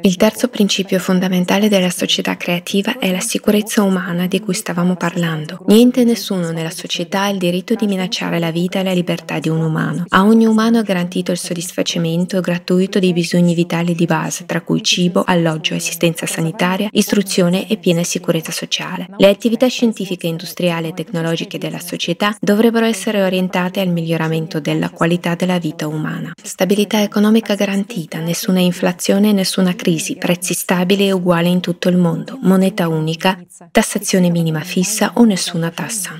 Il terzo principio fondamentale della società creativa è la sicurezza umana di cui stavamo parlando. Niente e nessuno nella società ha il diritto di minacciare la vita e la libertà di un umano. A ogni umano è garantito il soddisfacimento gratuito dei bisogni vitali di base, tra cui cibo, alloggio, assistenza sanitaria, istruzione e piena sicurezza sociale. Le attività scientifiche, industriali e tecnologiche della società dovrebbero essere orientate al miglioramento della qualità della vita umana. Stabilità economica garantita, nessuna inflazione e nessuna crisi, prezzi stabili e uguali in tutto il mondo, moneta unica, tassazione minima fissa o nessuna tassa.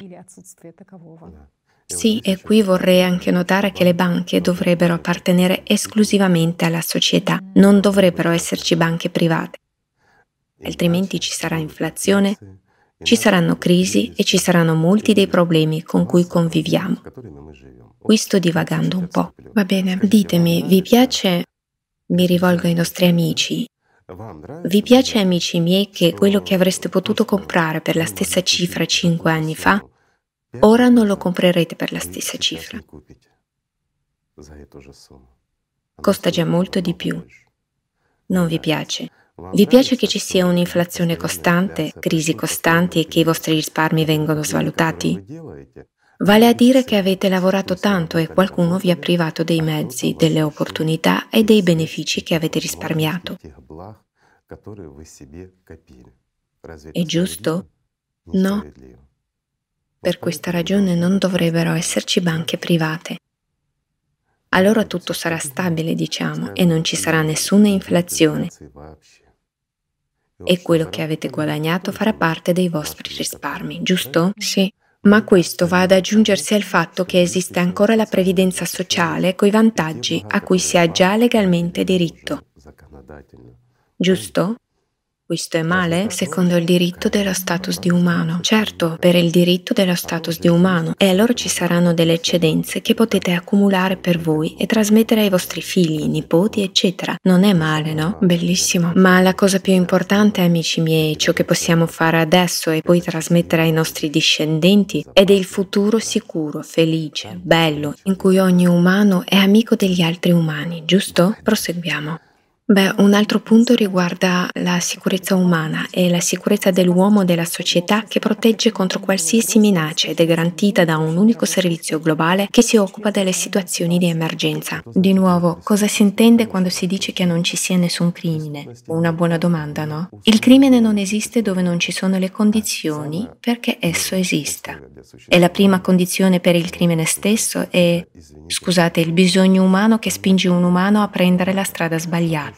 Sì, e qui vorrei anche notare che le banche dovrebbero appartenere esclusivamente alla società, non dovrebbero esserci banche private, altrimenti ci sarà inflazione, ci saranno crisi e ci saranno molti dei problemi con cui conviviamo. Qui sto divagando un po'. Va bene, ditemi, vi piace, mi rivolgo ai nostri amici, vi piace amici miei che quello che avreste potuto comprare per la stessa cifra 5 anni fa, ora non lo comprerete per la stessa cifra. Costa già molto di più. Non vi piace? Vi piace che ci sia un'inflazione costante, crisi costanti e che i vostri risparmi vengono svalutati? Vale a dire che avete lavorato tanto e qualcuno vi ha privato dei mezzi, delle opportunità e dei benefici che avete risparmiato. È giusto? No. Per questa ragione non dovrebbero esserci banche private. Allora tutto sarà stabile, diciamo, e non ci sarà nessuna inflazione. E quello che avete guadagnato farà parte dei vostri risparmi, giusto? Sì. Ma questo va ad aggiungersi al fatto che esiste ancora la previdenza sociale coi vantaggi a cui si ha già legalmente diritto. Giusto? Questo è male? Secondo il diritto dello status di umano. Certo, per il diritto dello status di umano. E allora ci saranno delle eccedenze che potete accumulare per voi e trasmettere ai vostri figli, nipoti, eccetera. Non è male, no? Bellissimo. Ma la cosa più importante, amici miei, ciò che possiamo fare adesso e poi trasmettere ai nostri discendenti è del futuro sicuro, felice, bello, in cui ogni umano è amico degli altri umani, giusto? Proseguiamo. Beh, un altro punto riguarda la sicurezza umana e la sicurezza dell'uomo e della società che protegge contro qualsiasi minaccia ed è garantita da un unico servizio globale che si occupa delle situazioni di emergenza. Di nuovo, cosa si intende quando si dice che non ci sia nessun crimine? Una buona domanda, no? Il crimine non esiste dove non ci sono le condizioni perché esso esista. E la prima condizione per il crimine stesso è, scusate, il bisogno umano che spinge un umano a prendere la strada sbagliata.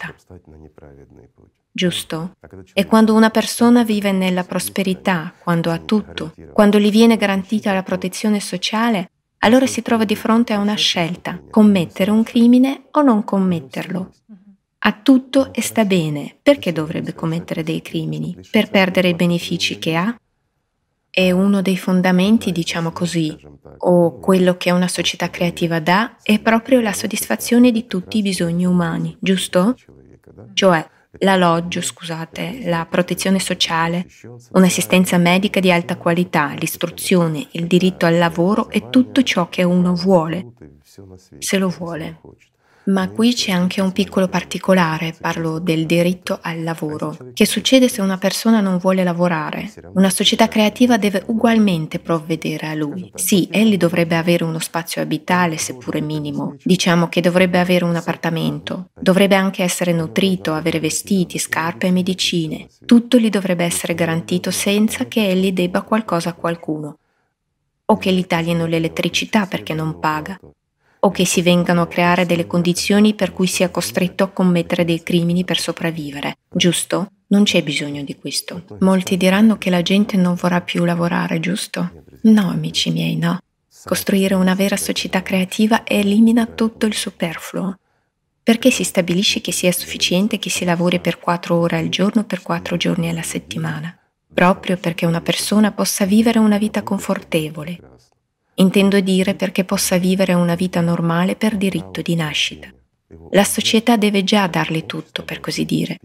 Giusto? E quando una persona vive nella prosperità, quando ha tutto, quando gli viene garantita la protezione sociale, allora si trova di fronte a una scelta, commettere un crimine o non commetterlo. Ha tutto e sta bene, perché dovrebbe commettere dei crimini? Per perdere i benefici che ha? È uno dei fondamenti, diciamo così, o quello che una società creativa dà, è proprio la soddisfazione di tutti i bisogni umani, giusto? Cioè l'alloggio, scusate, la protezione sociale, un'assistenza medica di alta qualità, l'istruzione, il diritto al lavoro e tutto ciò che uno vuole, se lo vuole. Ma qui c'è anche un piccolo particolare, parlo del diritto al lavoro. Che succede se una persona non vuole lavorare? Una società creativa deve ugualmente provvedere a lui. Sì, egli dovrebbe avere uno spazio abitale, seppure minimo. Diciamo che dovrebbe avere un appartamento. Dovrebbe anche essere nutrito, avere vestiti, scarpe e medicine. Tutto gli dovrebbe essere garantito senza che egli debba qualcosa a qualcuno. O che gli taglino l'elettricità perché non paga. O che si vengano a creare delle condizioni per cui sia costretto a commettere dei crimini per sopravvivere, giusto? Non c'è bisogno di questo. Molti diranno che la gente non vorrà più lavorare, giusto? No, amici miei, no. Costruire una vera società creativa elimina tutto il superfluo. Perché si stabilisce che sia sufficiente che si lavori per 4 ore al giorno per 4 giorni alla settimana? Proprio perché una persona possa vivere una vita confortevole. Intendo dire perché possa vivere una vita normale per diritto di nascita. La società deve già dargli tutto, per così dire.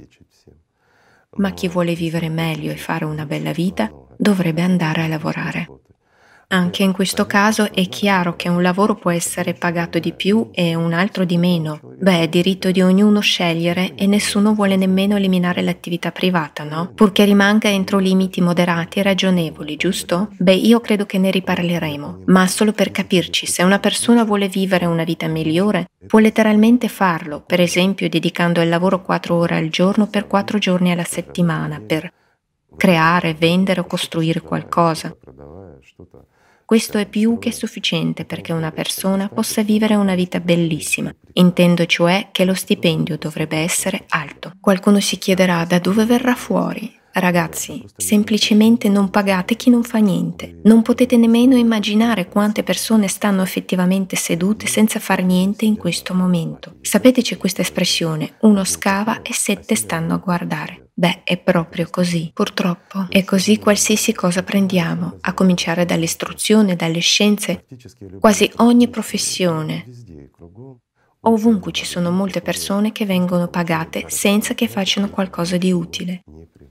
Ma chi vuole vivere meglio e fare una bella vita dovrebbe andare a lavorare. Anche in questo caso è chiaro che un lavoro può essere pagato di più e un altro di meno. Beh, è diritto di ognuno scegliere e nessuno vuole nemmeno eliminare l'attività privata, no? Purché rimanga entro limiti moderati e ragionevoli, giusto? Beh, io credo che ne riparleremo, ma solo per capirci, se una persona vuole vivere una vita migliore, può letteralmente farlo, per esempio dedicando al lavoro 4 ore al giorno per 4 giorni alla settimana, per creare, vendere o costruire qualcosa. Questo è più che sufficiente perché una persona possa vivere una vita bellissima. Intendo cioè che lo stipendio dovrebbe essere alto. Qualcuno si chiederà da dove verrà fuori. Ragazzi, semplicemente non pagate chi non fa niente. Non potete nemmeno immaginare quante persone stanno effettivamente sedute senza far niente in questo momento. Sapete, c'è questa espressione, uno scava e 7 stanno a guardare. Beh, è proprio così, purtroppo. È così qualsiasi cosa prendiamo, a cominciare dall'istruzione, dalle scienze, quasi ogni professione. Ovunque ci sono molte persone che vengono pagate senza che facciano qualcosa di utile.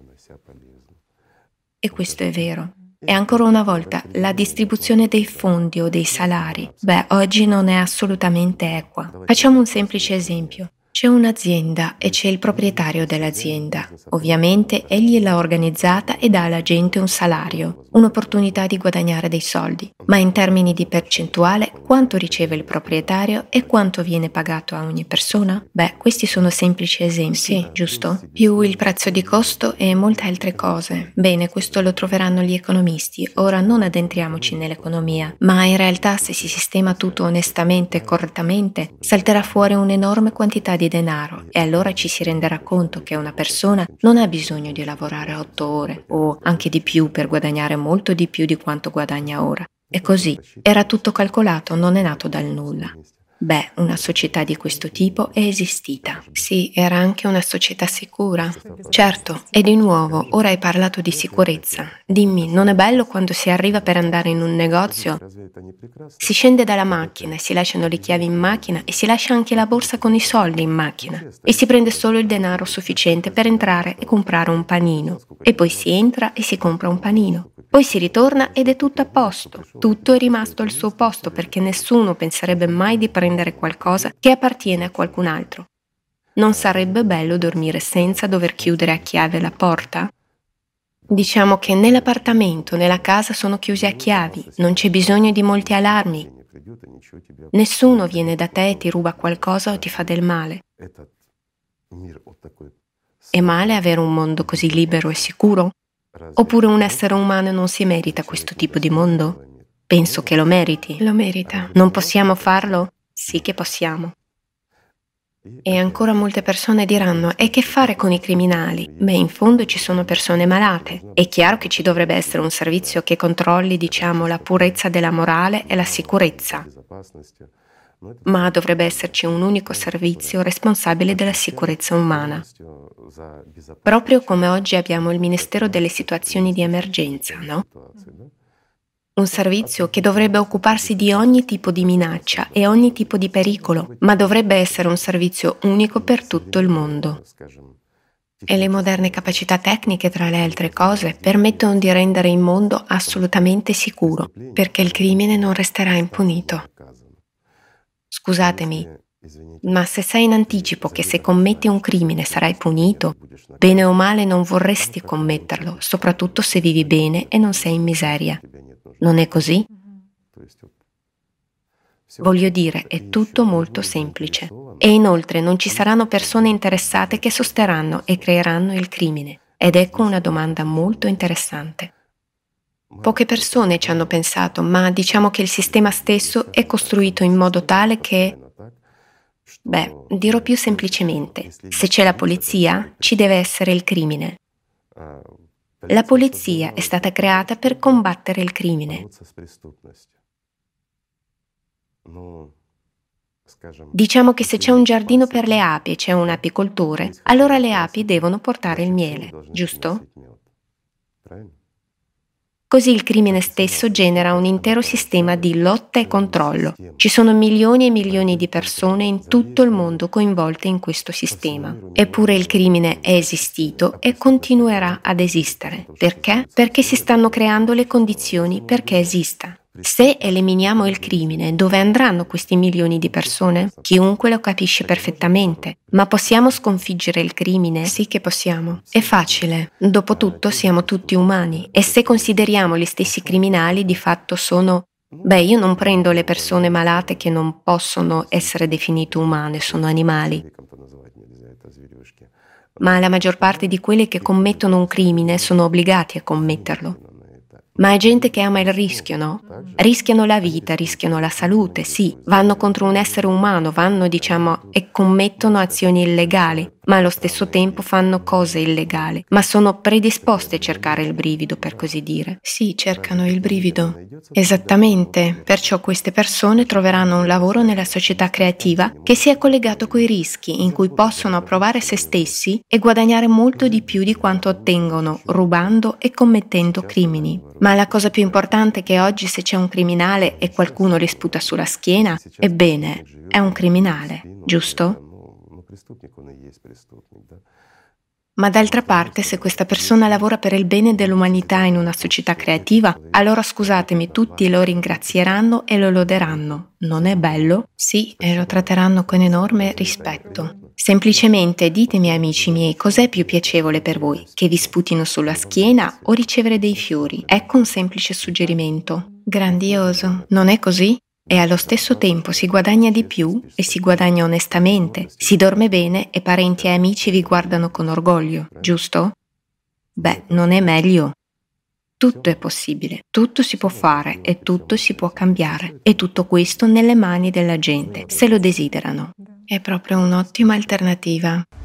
E questo è vero. E ancora una volta, la distribuzione dei fondi o dei salari, oggi non è assolutamente equa. Facciamo un semplice esempio. C'è un'azienda e c'è il proprietario dell'azienda. Ovviamente egli l'ha organizzata e dà alla gente un salario, un'opportunità di guadagnare dei soldi. Ma in termini di percentuale, quanto riceve il proprietario e quanto viene pagato a ogni persona? Questi sono semplici esempi, sì, giusto? Più il prezzo di costo e molte altre cose. Bene, questo lo troveranno gli economisti. Ora non addentriamoci nell'economia, ma in realtà se si sistema tutto onestamente e correttamente, salterà fuori un'enorme quantità di denaro e allora ci si renderà conto che una persona non ha bisogno di lavorare 8 ore o anche di più per guadagnare molto di più di quanto guadagna ora. E così, era tutto calcolato, non è nato dal nulla. Una società di questo tipo è esistita. Sì, era anche una società sicura. Certo, e di nuovo, ora hai parlato di sicurezza. Dimmi, non è bello quando si arriva per andare in un negozio? Si scende dalla macchina e si lasciano le chiavi in macchina e si lascia anche la borsa con i soldi in macchina e si prende solo il denaro sufficiente per entrare e comprare un panino. E poi si entra e si compra un panino. Poi si ritorna ed è tutto a posto. Tutto è rimasto al suo posto perché nessuno penserebbe mai di prendere qualcosa che appartiene a qualcun altro. Non sarebbe bello dormire senza dover chiudere a chiave la porta? Diciamo che né l'appartamento né la casa sono chiusi a chiavi, non c'è bisogno di molti allarmi. Nessuno viene da te e ti ruba qualcosa o ti fa del male. È male avere un mondo così libero e sicuro? Oppure un essere umano non si merita questo tipo di mondo? Penso che lo meriti. Lo merita. Non possiamo farlo? Sì che possiamo. E ancora molte persone diranno: e che fare con i criminali? In fondo ci sono persone malate. È chiaro che ci dovrebbe essere un servizio che controlli, la purezza della morale e la sicurezza. Ma dovrebbe esserci un unico servizio responsabile della sicurezza umana. Proprio come oggi abbiamo il Ministero delle Situazioni di Emergenza, no? Un servizio che dovrebbe occuparsi di ogni tipo di minaccia e ogni tipo di pericolo, ma dovrebbe essere un servizio unico per tutto il mondo. E le moderne capacità tecniche, tra le altre cose, permettono di rendere il mondo assolutamente sicuro, perché il crimine non resterà impunito. Scusatemi, ma se sai in anticipo che se commetti un crimine sarai punito, bene o male non vorresti commetterlo, soprattutto se vivi bene e non sei in miseria. Non è così? Voglio dire, è tutto molto semplice. E inoltre non ci saranno persone interessate che sosterranno e creeranno il crimine. Ed ecco una domanda molto interessante. Poche persone ci hanno pensato, ma diciamo che il sistema stesso è costruito in modo tale che... dirò più semplicemente, se c'è la polizia, ci deve essere il crimine. La polizia è stata creata per combattere il crimine. Diciamo che se c'è un giardino per le api e c'è un apicoltore, allora le api devono portare il miele, giusto? Così il crimine stesso genera un intero sistema di lotta e controllo. Ci sono milioni e milioni di persone in tutto il mondo coinvolte in questo sistema. Eppure il crimine è esistito e continuerà ad esistere. Perché? Perché si stanno creando le condizioni perché esista. Se eliminiamo il crimine, dove andranno questi milioni di persone? Chiunque lo capisce perfettamente. Ma possiamo sconfiggere il crimine? Sì che possiamo. È facile. Dopotutto siamo tutti umani. E se consideriamo gli stessi criminali, di fatto sono... Beh, io non prendo le persone malate che non possono essere definite umane, sono animali. Ma la maggior parte di quelli che commettono un crimine sono obbligati a commetterlo. Ma è gente che ama il rischio, no? Rischiano la vita, rischiano la salute, sì, vanno contro un essere umano, vanno, e commettono azioni illegali, ma allo stesso tempo fanno cose illegali, ma sono predisposte a cercare il brivido, per così dire. Sì, cercano il brivido. Esattamente, perciò queste persone troveranno un lavoro nella società creativa che sia collegato coi rischi, in cui possono provare se stessi e guadagnare molto di più di quanto ottengono rubando e commettendo crimini. Ma la cosa più importante è che oggi se c'è un criminale e qualcuno gli sputa sulla schiena, ebbene, è un criminale, giusto? Ma d'altra parte, se questa persona lavora per il bene dell'umanità in una società creativa, allora scusatemi, tutti lo ringrazieranno e lo loderanno. Non è bello? Sì, e lo tratteranno con enorme rispetto. Semplicemente ditemi, amici miei, cos'è più piacevole per voi? Che vi sputino sulla schiena o ricevere dei fiori? Ecco un semplice suggerimento. Grandioso, non è così? E allo stesso tempo si guadagna di più e si guadagna onestamente, si dorme bene e parenti e amici vi guardano con orgoglio, giusto? Beh, non è meglio? Tutto è possibile, tutto si può fare e tutto si può cambiare. E tutto questo nelle mani della gente, se lo desiderano. È proprio un'ottima alternativa.